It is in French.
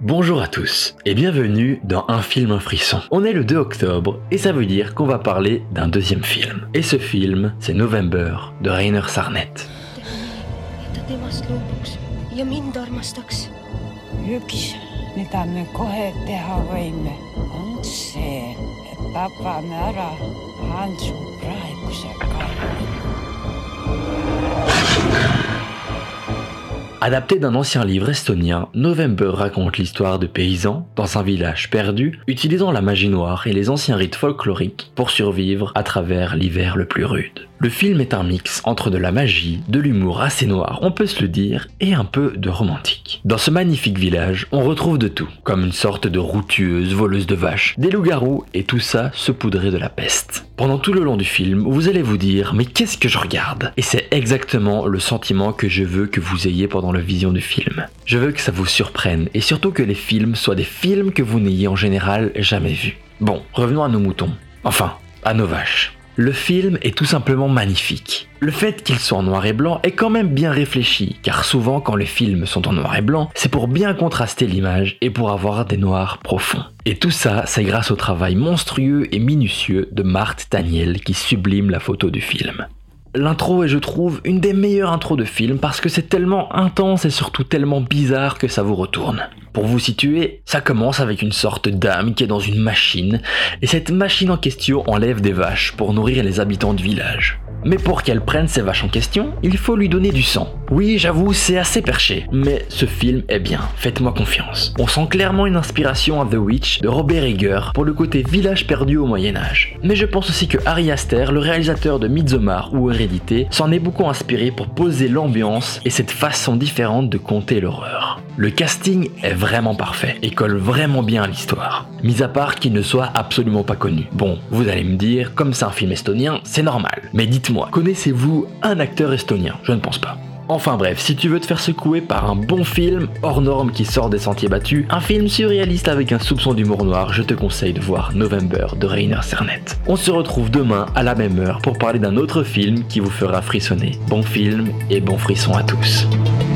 Bonjour à tous et bienvenue dans Un film, un frisson. On est le 2 octobre et ça veut dire qu'on va parler d'un deuxième film. Et ce film, c'est November de Rainer Sarnet. Yksi, mitä me kohe tehdä voimme, on se, että tapaamme ära Hansu praeguse karmi. Adapté d'un ancien livre estonien, November raconte l'histoire de paysans dans un village perdu, utilisant la magie noire et les anciens rites folkloriques pour survivre à travers l'hiver le plus rude. Le film est un mix entre de la magie, de l'humour assez noir, on peut se le dire, et un peu de romantique. Dans ce magnifique village, on retrouve de tout, comme une sorte de routueuse, voleuse de vaches, des loups-garous et tout ça saupoudré de la peste. Pendant tout le long du film, vous allez vous dire « mais qu'est-ce que je regarde ?» Et c'est exactement le sentiment que je veux que vous ayez pendant la vision du film. Je veux que ça vous surprenne et surtout que les films soient des films que vous n'ayez en général jamais vus. Bon, revenons à nos moutons. Enfin, à nos vaches. Le film est tout simplement magnifique. Le fait qu'il soit en noir et blanc est quand même bien réfléchi, car souvent quand les films sont en noir et blanc, c'est pour bien contraster l'image et pour avoir des noirs profonds. Et tout ça, c'est grâce au travail monstrueux et minutieux de Mart Daniel qui sublime la photo du film. L'intro est, je trouve, une des meilleures intros de film parce que c'est tellement intense et surtout tellement bizarre que ça vous retourne. Pour vous situer, ça commence avec une sorte d'âme qui est dans une machine, et cette machine en question enlève des vaches pour nourrir les habitants du village. Mais pour qu'elle prenne ces vaches en question, il faut lui donner du sang. Oui, j'avoue, c'est assez perché, mais ce film est bien, faites-moi confiance. On sent clairement une inspiration à The Witch de Robert Egger pour le côté village perdu au Moyen-Âge. Mais je pense aussi que Ari Aster, le réalisateur de Midsommar ou Hérédité, s'en est beaucoup inspiré pour poser l'ambiance et cette façon différente de conter l'horreur. Le casting est vraiment parfait et colle vraiment bien à l'histoire, mis à part qu'il ne soit absolument pas connu. Bon, vous allez me dire, comme c'est un film estonien, c'est normal. Mais dites-moi, connaissez-vous un acteur estonien ? Je ne pense pas. Enfin bref, si tu veux te faire secouer par un bon film, hors norme qui sort des sentiers battus, un film surréaliste avec un soupçon d'humour noir, je te conseille de voir November de Rainer Sarnet. On se retrouve demain à la même heure pour parler d'un autre film qui vous fera frissonner. Bon film et bon frisson à tous.